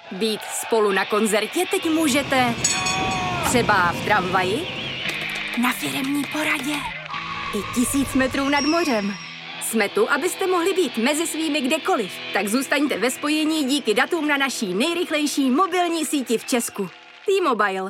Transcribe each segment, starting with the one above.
Být spolu na koncertě teď můžete třeba v tramvaji, na firemní poradě i 1000 metrů nad mořem. Jsme tu, abyste mohli být mezi svými kdekoliv. Tak zůstaňte ve spojení díky datům na naší nejrychlejší mobilní síti v Česku. T-Mobile.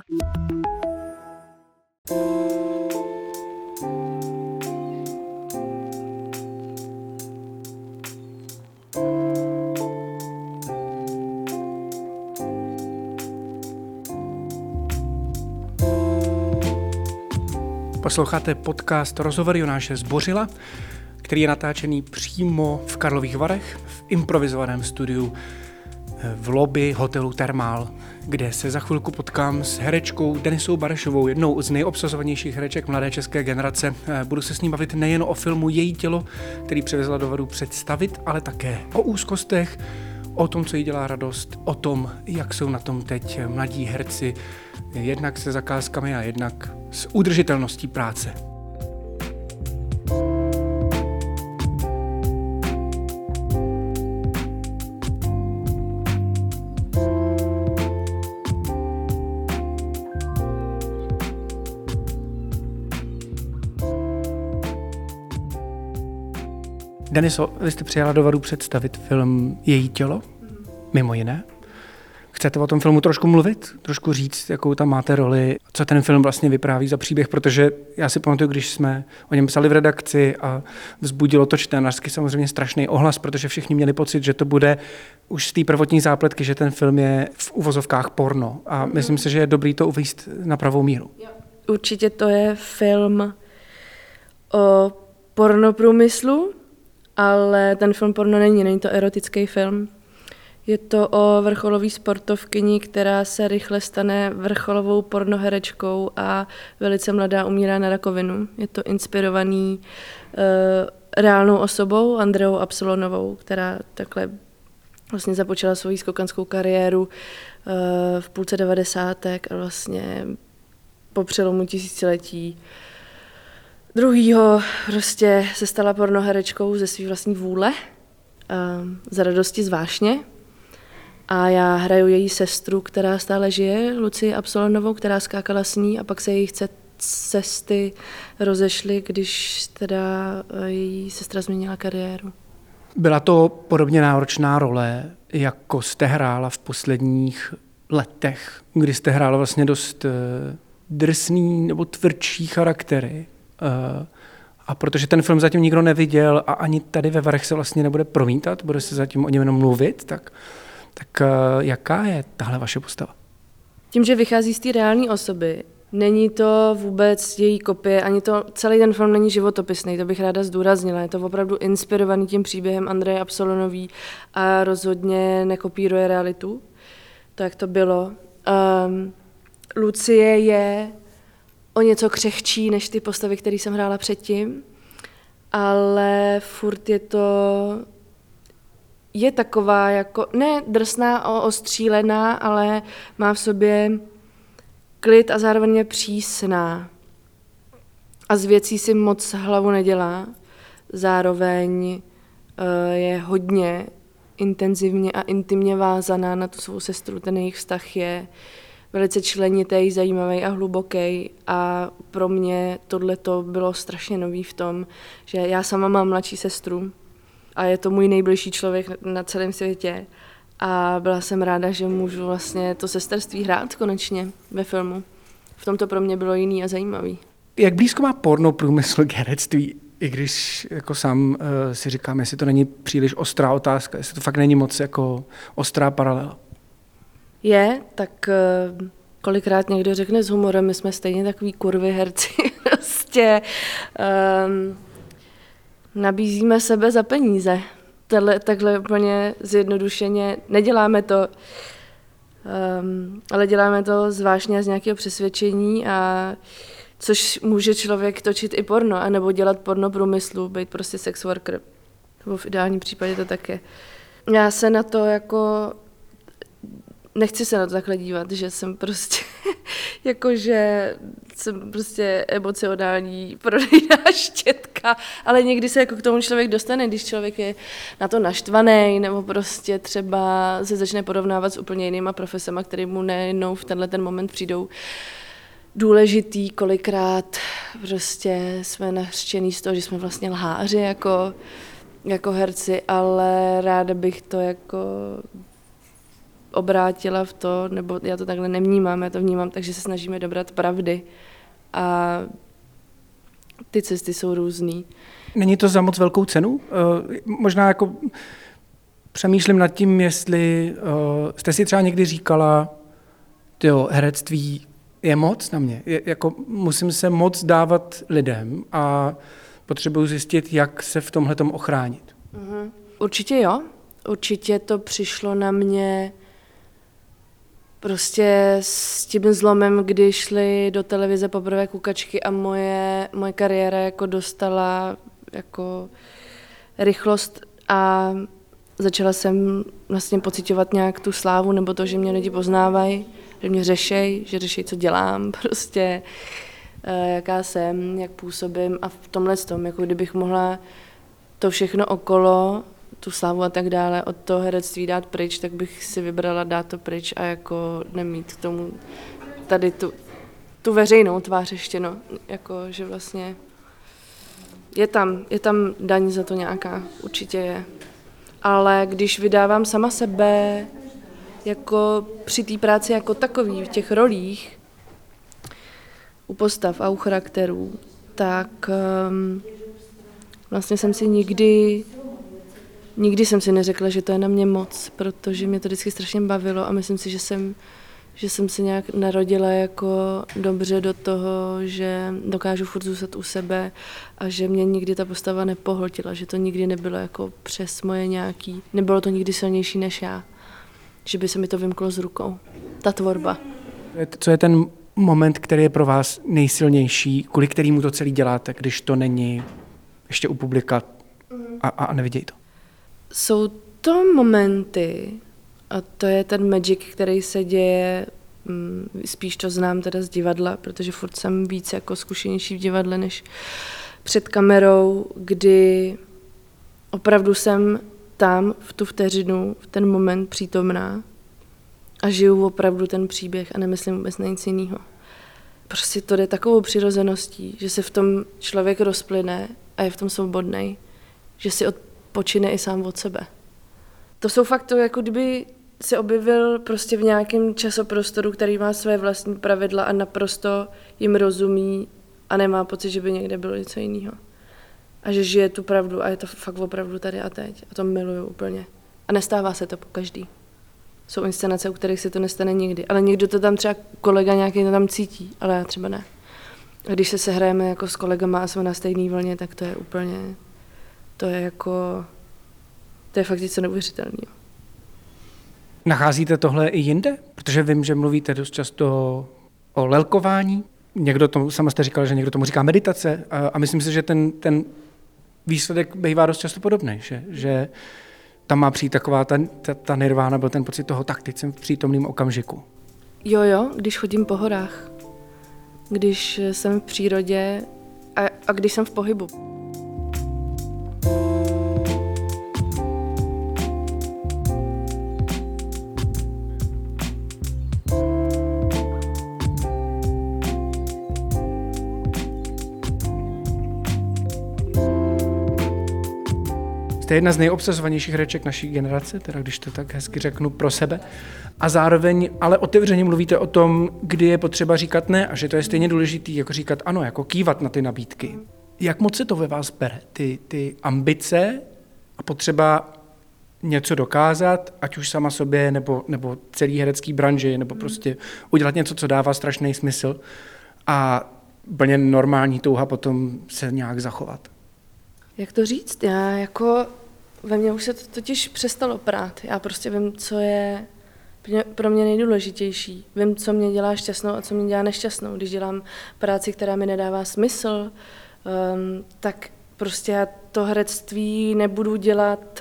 Posloucháte podcast Rozhovory Jonáše Zbořila, který je natáčený přímo v Karlových Varech v improvizovaném studiu v lobby hotelu Thermal, kde se za chvilku potkám s herečkou Denisou Barešovou, jednou z nejobsazovanějších hereček mladé české generace. Budu se s ní bavit nejen o filmu Její tělo, který přivezla do Varu představit, ale také o úzkostech, o tom, co jí dělá radost, o tom, jak jsou na tom teď mladí herci, jednak se zakázkami a jednak s udržitelností práce. Deniso, vy jste přijela do Varu představit film Její tělo, mimo jiné. Chcete o tom filmu trošku mluvit? Trošku říct, jakou tam máte roli, co ten film vlastně vypráví za příběh, protože já si pamatuju, když jsme o něm psali v redakci a vzbudilo to čtenářsky samozřejmě strašný ohlas, protože všichni měli pocit, že to bude už z té prvotní zápletky, že ten film je v uvozovkách porno. A myslím si, že je dobrý to uvést na pravou míru. Určitě to je film o pornoprůmyslu, ale ten film porno není to erotický film. Je to o vrcholové sportovkyni, která se rychle stane vrcholovou pornoherečkou a velice mladá umírá na rakovinu. Je to inspirovaný reálnou osobou, Andreou Absolonovou, která takhle vlastně započala svoji skokanskou kariéru v půlce 90. a vlastně po přelomu tisíciletí druhýho prostě se stala pornoherečkou ze své vlastní vůle, za radosti z vášně. A já hraju její sestru, která stále žije, Lucii Absolonovou, která skákala s ní a pak se jejich cesty rozešly, když teda její sestra změnila kariéru. Byla to podobně náročná role, jako jste hrála v posledních letech, kdy jste hrála vlastně dost drsný nebo tvrdší charaktery. A protože ten film zatím nikdo neviděl a ani tady ve Varech se vlastně nebude promítat, bude se zatím o něm jenom mluvit, tak jaká je tahle vaše postava? Tím, že vychází z té reální osoby, není to vůbec její kopie, ani to celý ten film není životopisný, to bych ráda zdůraznila. Je to opravdu inspirovaný tím příběhem Andreje Absolonový a rozhodně nekopíruje realitu. To, jak to bylo. Lucie je o něco křehčí než ty postavy, které jsem hrála předtím, ale furt je taková jako, ne drsná, ostřílená, ale má v sobě klid a zároveň je přísná. A z věcí si moc hlavu nedělá. Zároveň je hodně intenzivně a intimně vázaná na tu svou sestru. Ten jejich vztah je velice členitý, zajímavý a hluboký. A pro mě tohleto bylo strašně nový v tom, že já sama mám mladší sestru, a je to můj nejbližší člověk na celém světě. A byla jsem ráda, že můžu vlastně to sesterství hrát konečně ve filmu. V tom to pro mě bylo jiný a zajímavý. Jak blízko má porno průmysl k herectví? I když jako sám si říkám, jestli to není příliš ostrá otázka, jestli to fakt není moc jako ostrá paralela. Je, tak kolikrát někdo řekne s humorem, my jsme stejně takový kurvy herci. Prostě nabízíme sebe za peníze. Takhle úplně zjednodušeně. Neděláme to, ale děláme to zvláštně z nějakého přesvědčení, a což může člověk točit i porno, anebo dělat porno průmyslu, být prostě sex worker. Nebo v ideálním případě to také. Já se na to jako nechci se na to takhle dívat, že jsem prostě jakože jsem prostě emocionální prodejná štětka, ale někdy se jako k tomu člověk dostane, když člověk je na to naštvaný, nebo prostě třeba se začne porovnávat s úplně jinýma profesema, které mu nejednou v tenhle ten moment přijdou důležitý, kolikrát prostě jsme nařčený z toho, že jsme vlastně lháři jako herci, ale ráda bych to jako obrátila v to, nebo já to takhle nevnímám, já to vnímám, takže se snažíme dobrat pravdy a ty cesty jsou různý. Není to za moc velkou cenu? Možná jako přemýšlím nad tím, jestli jste si třeba někdy říkala, tyjo, herectví je moc na mě, jako musím se moc dávat lidem a potřebuji zjistit, jak se v tomhletom ochránit. Určitě jo, určitě to přišlo na mě prostě s tím zlomem, kdy šly do televize poprvé Kukačky a moje kariéra jako dostala jako rychlost a začala jsem vlastně pociťovat nějak tu slávu nebo to, že mě lidi poznávají, že mě řešejí, co dělám, prostě jaká jsem, jak působím a v tomhle tom, jako kdybych mohla to všechno okolo, tu slávu a tak dále, od toho herectví dát pryč, tak bych si vybrala dát to pryč a jako nemít k tomu tady tu veřejnou tvář ještě, no, jako, že vlastně je tam daň za to nějaká, určitě je. Ale když vydávám sama sebe, jako při té práci jako takový, v těch rolích, u postav a u charakterů, tak vlastně jsem si nikdy jsem si neřekla, že to je na mě moc, protože mě to vždycky strašně bavilo a myslím si, že jsem se nějak narodila jako dobře do toho, že dokážu furt zůstat u sebe a že mě nikdy ta postava nepohltila, že to nikdy nebylo jako přes moje nějaký, nebylo to nikdy silnější než já, že by se mi to vymklo z rukou, ta tvorba. Co je ten moment, který je pro vás nejsilnější, kvůli kterému to celý děláte, když to není ještě u publika a nevidějí to? Jsou to momenty, a to je ten magic, který se děje, spíš to znám teda z divadla, protože furt jsem víc jako zkušenější v divadle než před kamerou, kdy opravdu jsem tam v tu vteřinu, v ten moment přítomná a žiju opravdu ten příběh a nemyslím vůbec na nic jiného. Prostě to jde takovou přirozeností, že se v tom člověk rozplyne a je v tom svobodnej, že si odpočine i sám od sebe. To jsou fakt to, jako kdyby se objevil prostě v nějakém časoprostoru, který má své vlastní pravidla a naprosto jim rozumí a nemá pocit, že by někde bylo něco jiného. A že žije tu pravdu a je to fakt opravdu tady a teď. A to miluju úplně. A nestává se to po každý. Jsou inscenace, u kterých se to nestane nikdy. Ale někdo to tam třeba kolega nějaký to tam cítí, ale já třeba ne. A když se sehrajeme jako s kolegama a jsme na stejné vlně, tak to je úplně, to je fakt něco neuvěřitelného. Nacházíte tohle i jinde? Protože vím, že mluvíte dost často o lelkování. Někdo tomu, sama jste říkal, že někdo tomu říká meditace a myslím si, že ten výsledek bývá dost často podobný, že tam má přijít taková ta nirvána, byl ten pocit toho, tak teď jsem v přítomném okamžiku. Jo, když chodím po horách, když jsem v přírodě a když jsem v pohybu. Jste jedna z nejobsazovanějších hereček naší generace, teda když to tak hezky řeknu pro sebe. A zároveň ale otevřeně mluvíte o tom, kdy je potřeba říkat ne a že to je stejně důležitý, jako říkat ano, jako kývat na ty nabídky. Jak moc se to ve vás bere? Ty ambice a potřeba něco dokázat, ať už sama sobě, nebo celý herecký branži, nebo prostě udělat něco, co dává strašný smysl a úplně normální touha potom se nějak zachovat. Jak to říct? Já jako, ve mně už se to totiž přestalo prát. Já prostě vím, co je pro mě nejdůležitější. Vím, co mě dělá šťastnou a co mě dělá nešťastnou. Když dělám práci, která mi nedává smysl, tak prostě já to herectví nebudu dělat,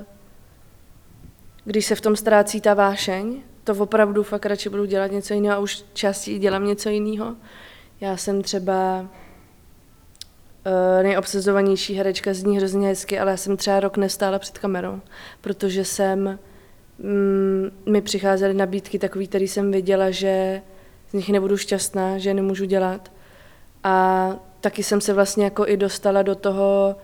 když se v tom ztrácí ta vášeň. To opravdu fakt radši budu dělat něco jiného a už částí dělám něco jiného. Já jsem třeba nejobsazovanější herečka, zní hrozně hezky, ale já jsem třeba rok nestála před kamerou, protože mi přicházely nabídky takový, který jsem věděla, že z nich nebudu šťastná, že je nemůžu dělat. A taky jsem se vlastně jako i dostala do toho,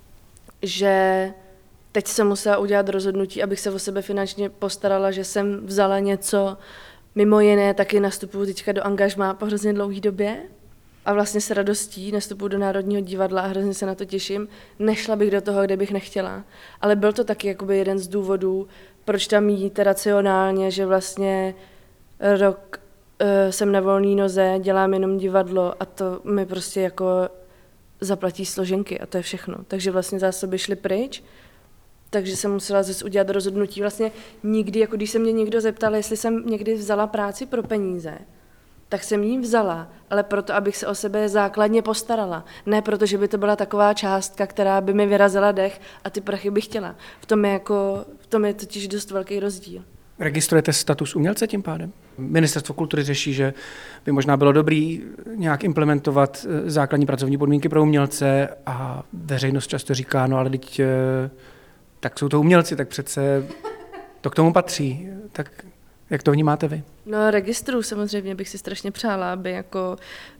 že teď jsem musela udělat rozhodnutí, abych se o sebe finančně postarala, že jsem vzala něco, mimo jiné taky nastupuju teďka do angažmá po hrozně dlouhé době a vlastně s radostí nastupuju do Národního divadla a hrozně se na to těším. Nešla bych do toho, kde bych nechtěla, ale byl to taky jakoby jeden z důvodů, proč tam jít racionálně, že vlastně rok jsem na volné noze, dělám jenom divadlo a to mi prostě jako zaplatí složenky a to je všechno. Takže vlastně zásoby šly pryč, takže jsem musela zase udělat rozhodnutí. Vlastně nikdy, jako když se mě někdo zeptal, jestli jsem někdy vzala práci pro peníze, tak jsem jí vzala, ale proto, abych se o sebe základně postarala. Ne proto, že by to byla taková částka, která by mi vyrazila dech a ty prachy bych chtěla. V tom je totiž dost velký rozdíl. Registrujete status umělce tím pádem? Ministerstvo kultury řeší, že by možná bylo dobrý nějak implementovat základní pracovní podmínky pro umělce a veřejnost často říká, no ale teď tak jsou to umělci, tak přece to k tomu patří. Tak jak to vnímáte vy? No registru samozřejmě bych si strašně přála, aby jako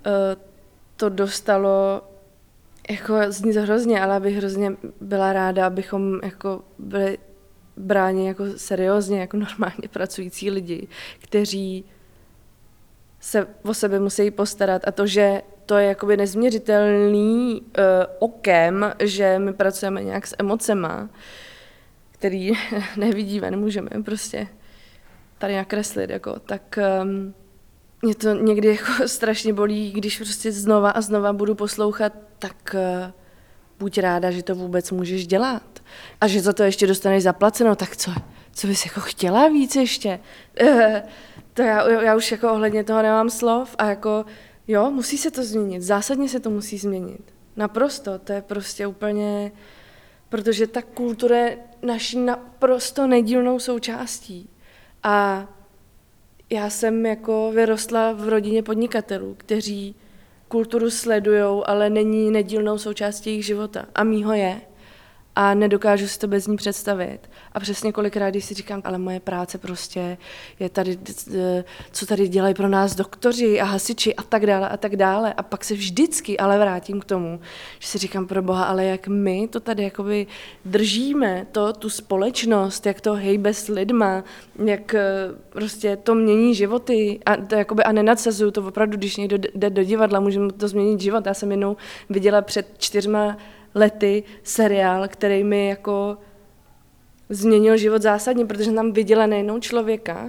to dostalo, jako zní to hrozně, ale abych hrozně byla ráda, abychom jako byli bráni jako seriózně, jako normálně pracující lidi, kteří se o sebe musí postarat a to, že to je jakoby nezměřitelný okem, že my pracujeme nějak s emocema, který nevidíme, nemůžeme prostě tady nakreslit, jako, tak mě to někdy jako strašně bolí, když prostě znova a znova budu poslouchat, tak buď ráda, že to vůbec můžeš dělat a že za to ještě dostaneš zaplaceno, tak co bys jako chtěla víc ještě? To já už jako ohledně toho nemám slov a jako jo, musí se to změnit, zásadně se to musí změnit. Naprosto, to je prostě úplně, protože ta kultura je naší naprosto nedílnou součástí. A já jsem jako vyrostla v rodině podnikatelů, kteří kulturu sledujou, ale není nedílnou součástí jejich života. A mýho je. A nedokážu si to bez ní představit. A přesně kolikrát, když si říkám, ale moje práce prostě je tady, co tady dělají pro nás doktoři a hasiči a tak dále a tak dále. A pak se vždycky ale vrátím k tomu, že si říkám, pro boha, ale jak my to tady jakoby držíme, tu společnost, jak to hejbe s lidma, jak prostě to mění životy a to jakoby a nenadsazuju to opravdu, když někdo jde do divadla, může mu to změnit život. Já jsem jednou viděla před 4 lety seriál, který mi jako změnil život zásadně, protože jsem tam viděla nejenom člověka,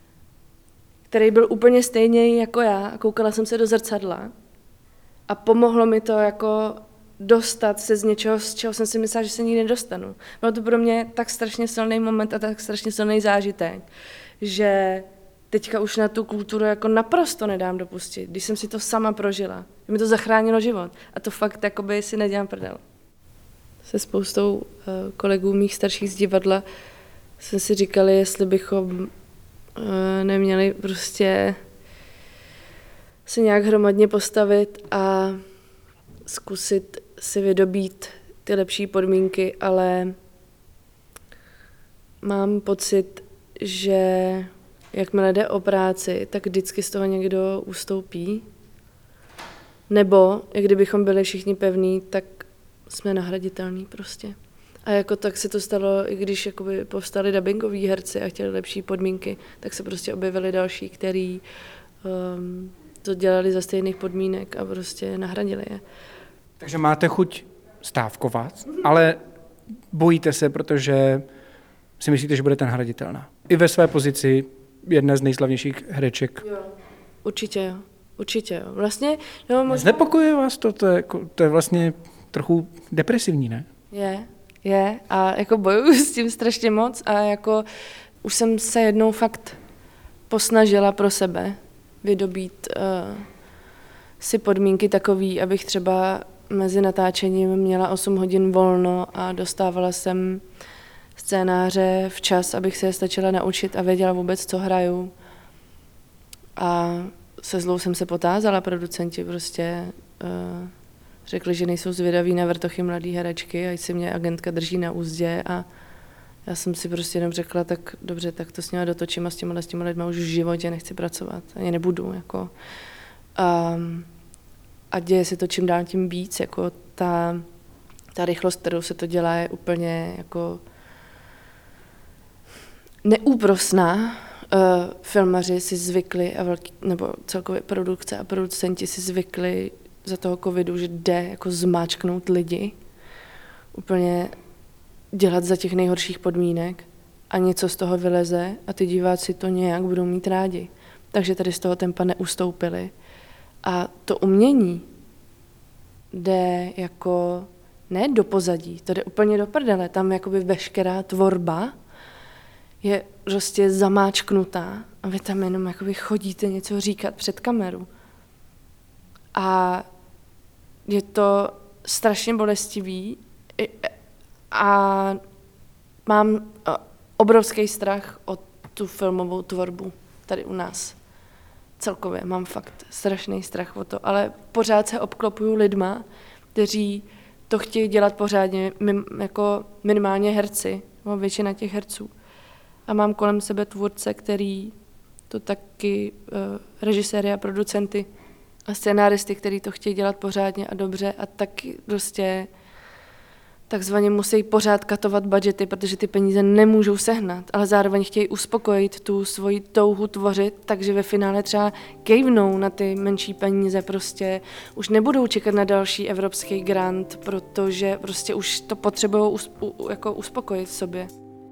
který byl úplně stejný jako já a koukala jsem se do zrcadla a pomohlo mi to jako dostat se z něčeho, z čeho jsem si myslela, že se nikdy nedostanu. Bylo to pro mě tak strašně silný moment a tak strašně silný zážitek, že teďka už na tu kulturu jako naprosto nedám dopustit, když jsem si to sama prožila. Mi to zachránilo život a to fakt jakoby si nedělám prdel. Se spoustou kolegů mých starších z divadla jsme si říkali, jestli bychom neměli prostě se nějak hromadně postavit a zkusit si vydobít ty lepší podmínky, ale mám pocit, že jakmile jde o práci, tak vždycky z toho někdo ustoupí. Nebo, i kdybychom byli všichni pevní, tak jsme nahraditelní prostě. A jako tak se to stalo, i když jakoby povstali dabingoví herci a chtěli lepší podmínky, tak se prostě objevili další, kteří to dělali za stejných podmínek a prostě nahradili je. Takže máte chuť stávkovat, ale bojíte se, protože si myslíte, že budete nahraditelná. I ve své pozici jedné z nejslavnějších hereček. Jo. Určitě jo. Vlastně, no, možná... Znepokojuje vás to? To je vlastně trochu depresivní, ne? Je a jako bojuju s tím strašně moc a jako už jsem se jednou fakt posnažila pro sebe vydobít si podmínky takový, abych třeba mezi natáčením měla 8 hodin volno a dostávala jsem scénáře včas, abych se je stačila naučit a věděla vůbec, co hraju. A se zlou jsem se potázala, producenti prostě řekli, že nejsou zvědaví na vrtochy mladý herečky, ať si mě agentka drží na úzdě a já jsem si prostě jenom řekla, tak dobře, tak to s nimi dotočím a s těma lidma už v životě nechci pracovat, ani nebudu, jako. A děje se to čím dál tím víc, jako ta rychlost, kterou se to dělá, je úplně jako neúprosná. Filmaři si zvykli, nebo celkově produkce a producenti si zvykli za toho covidu, že jde jako zmáčknout lidi, úplně dělat za těch nejhorších podmínek a něco z toho vyleze a ty diváci to nějak budou mít rádi. Takže tady z toho tempa neustoupili. A to umění jde jako ne do pozadí, to jde úplně do prdele. Tam jakoby veškerá tvorba je prostě zamáčknutá a vy tam jenom jakoby chodíte něco říkat před kameru. A je to strašně bolestivý a mám obrovský strach o tu filmovou tvorbu tady u nás. Celkově mám fakt strašný strach o to, ale pořád se obklopuju lidma, kteří to chtějí dělat pořádně, jako minimálně herci, většina těch herců. A mám kolem sebe tvůrce, který to taky, režiséry a producenty a scenáristy, který to chtějí dělat pořádně a dobře a taky prostě takzvaně musí pořád katovat budgety, protože ty peníze nemůžou sehnat, ale zároveň chtějí uspokojit tu svoji touhu tvořit, takže ve finále třeba kejvnou na ty menší peníze, prostě už nebudou čekat na další evropský grant, protože prostě už to potřebují jako uspokojit v sobě.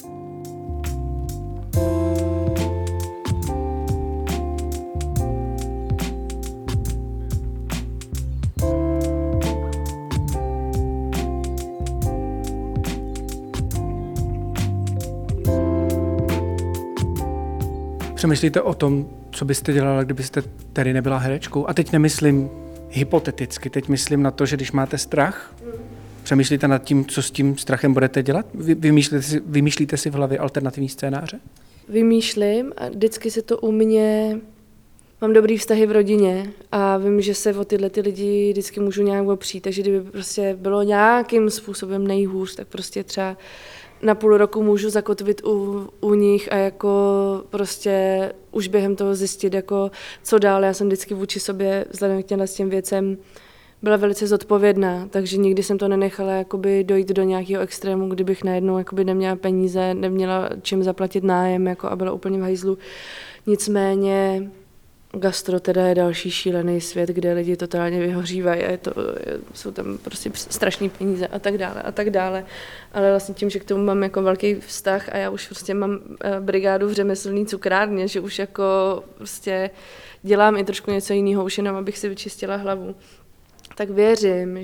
Přemýšlíte o tom, co byste dělala, kdybyste tady nebyla herečkou? A teď nemyslím hypoteticky, teď myslím na to, že když máte strach, přemýšlíte nad tím, co s tím strachem budete dělat? Vymýšlíte si v hlavě alternativní scénáře? Vymýšlím a vždycky se to u mě... Mám dobrý vztahy v rodině a vím, že se o tyhle ty lidi vždycky můžu nějak opřít, takže kdyby prostě bylo nějakým způsobem nejhůř, tak prostě třeba na půl roku můžu zakotvit u nich a jako prostě už během toho zjistit, jako co dál. Já jsem vždycky vůči sobě vzhledem k těm věcem byla velice zodpovědná, takže nikdy jsem to nenechala jakoby dojít do nějakého extrému, kdybych najednou jakoby neměla peníze, neměla čím zaplatit nájem jako a byla úplně v hajzlu. Nicméně gastro teda je další šílený svět, kde lidi totálně vyhořívají a jsou tam prostě strašný peníze a tak dále. Ale vlastně tím, že k tomu mám jako velký vztah a já už prostě mám brigádu v řemeslný cukrárně, že už jako prostě dělám i trošku něco jiného, už jenom abych si vyčistila hlavu, tak věřím,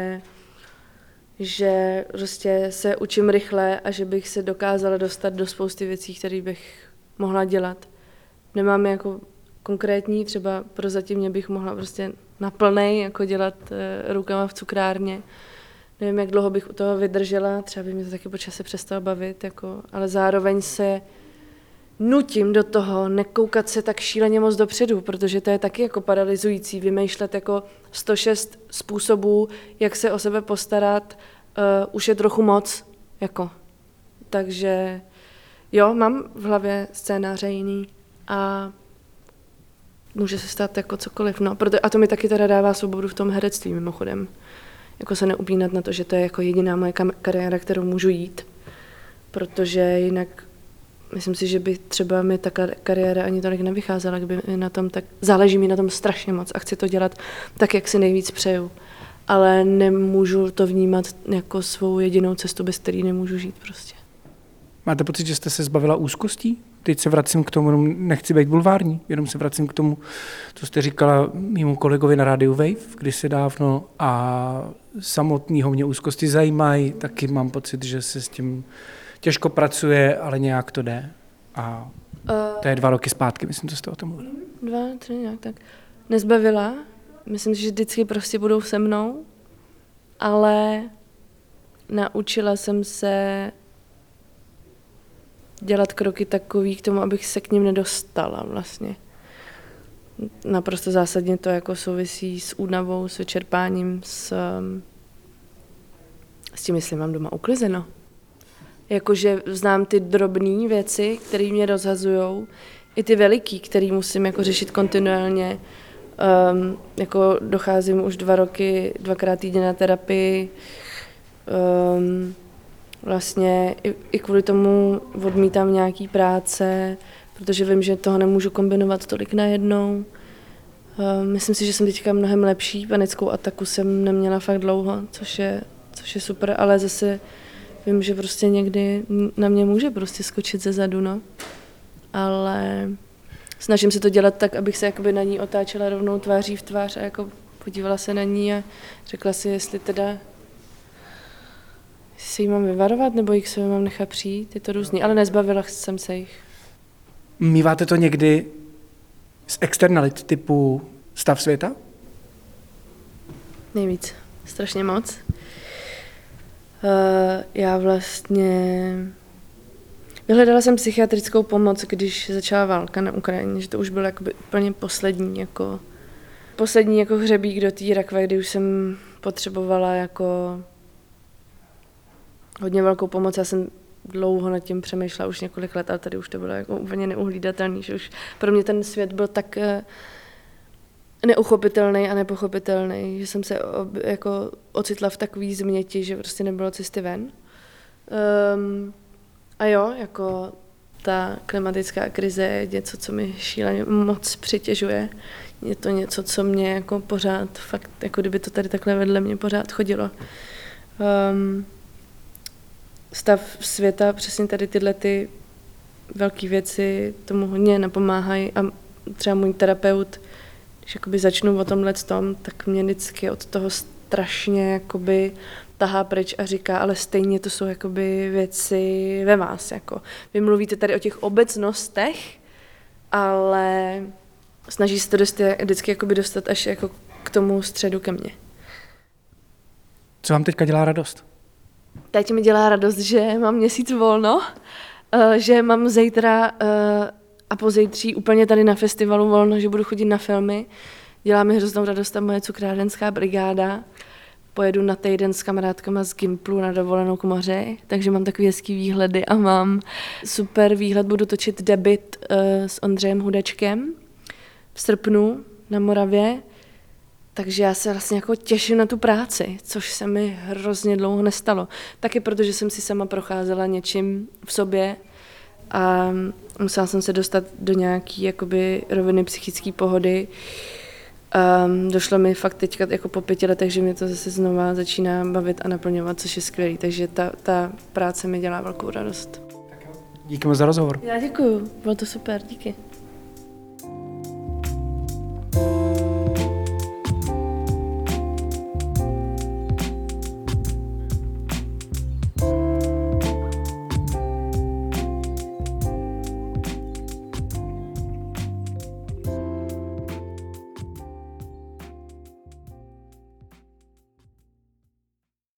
že prostě se učím rychle a že bych se dokázala dostat do spousty věcí, které bych mohla dělat. Nemám jako konkrétní, třeba prozatímně bych mohla prostě naplnej jako dělat rukama v cukrárně. Nevím, jak dlouho bych u toho vydržela, třeba by mě to taky po čase přestalo bavit, jako, ale zároveň se nutím do toho nekoukat se tak šíleně moc dopředu, protože to je taky jako paralyzující, vymýšlet jako 106 způsobů, jak se o sebe postarat, už je trochu moc, jako. Takže jo, mám v hlavě scénáře jiný a může se stát jako cokoliv, no. A to mi taky teda dává svobodu v tom herectví mimochodem. Jako se neupínat na to, že to je jako jediná moje kariéra, kterou můžu jít, protože jinak myslím si, že by třeba mi ta kariéra ani tolik nevycházela, kdyby mi na tom tak záleží mi na tom strašně moc a chci to dělat tak, jak si nejvíc přeju. Ale nemůžu to vnímat jako svou jedinou cestu, bez který nemůžu žít prostě. Máte pocit, že jste se zbavila úzkostí? Teď se vracím k tomu, nechci být bulvární, jenom se vracím k tomu, co jste říkala mému kolegovi na rádiu Wave kdysi dávno a samotného mě úzkosti zajímají, taky mám pocit, že se s tím těžko pracuje, ale nějak to jde. A to je 2 roky zpátky, myslím, co jste o tom mluvili. 2, 3, nějak tak. Nezbavila, myslím, že vždycky prostě budou se mnou, ale naučila jsem se dělat kroky takový k tomu, abych se k ním nedostala vlastně. naprosto zásadně to jako souvisí s únavou, s vyčerpáním, s tím, jestli mám doma uklizeno. Jakože znám ty drobné věci, které mě rozhazujou, i ty veliký, které musím jako řešit kontinuálně. Jako docházím už 2 roky, 2krát týdně na terapii. Vlastně i kvůli tomu odmítám nějaký práce, protože vím, že toho nemůžu kombinovat tolik najednou. Myslím si, že jsem teďka mnohem lepší. Panickou ataku jsem neměla fakt dlouho, což je super, ale zase vím, že prostě někdy na mě může prostě skočit ze zadu, no. Ale snažím se to dělat tak, abych se jakoby na ní otáčela rovnou tváří v tvář a jako podívala se na ní a řekla si, jestli se jí mám vyvarovat, nebo jich se mám nechat přijít, je to různý, ale nezbavila jsem se jich. Míváte to někdy z externalit typu stav světa? Nejvíc, strašně moc. Já vlastně vyhledala jsem psychiatrickou pomoc, když začala válka na Ukrajině, že to už byl jakoby úplně poslední jako hřebík do té rakve, kdy už jsem potřebovala jako hodně velkou pomoc. Já jsem dlouho nad tím přemýšlela, už několik let, ale tady už to bylo jako úplně neuhlídatelný, že už pro mě ten svět byl tak neuchopitelný a nepochopitelný, že jsem se jako ocitla v takový změti, že prostě nebylo cesty ven. A jo, jako ta klimatická krize je něco, co mi šíleně moc přitěžuje. Je to něco, co mě jako pořád, fakt, jako kdyby to tady takhle vedle mě pořád chodilo. Stav světa, přesně tady tyhle ty velké věci tomu hodně napomáhají a třeba můj terapeut, když jakoby začnu o tomhle tom, tak mě vždycky od toho strašně jakoby tahá pryč a říká, ale stejně to jsou jakoby věci ve vás. Jako. Vy mluvíte tady o těch obecnostech, ale snaží se to vždycky jakoby dostat až jako k tomu středu ke mně. Co vám teďka dělá radost? Teď mi dělá radost, že mám měsíc volno, že mám zítra a pozítří úplně tady na festivalu volno, že budu chodit na filmy. Dělá mi hroznou radost ta moje cukrárenská brigáda. Pojedu na týden s kamarádkama z Gimplu na dovolenou k moři, takže mám takový hezký výhledy a mám super výhled. Budu točit debut s Ondřejem Hudečkem v srpnu na Moravě, takže já se vlastně jako těším na tu práci, což se mi hrozně dlouho nestalo. Taky protože jsem si sama procházela něčím v sobě a musela jsem se dostat do nějaký jakoby roviny psychické pohody. Došlo mi fakt teďka jako po 5 letech, že mě to zase znova začíná bavit a naplňovat, což je skvělý. Takže ta práce mi dělá velkou radost. Díky moc za rozhovor. Já děkuju, bylo to super, díky.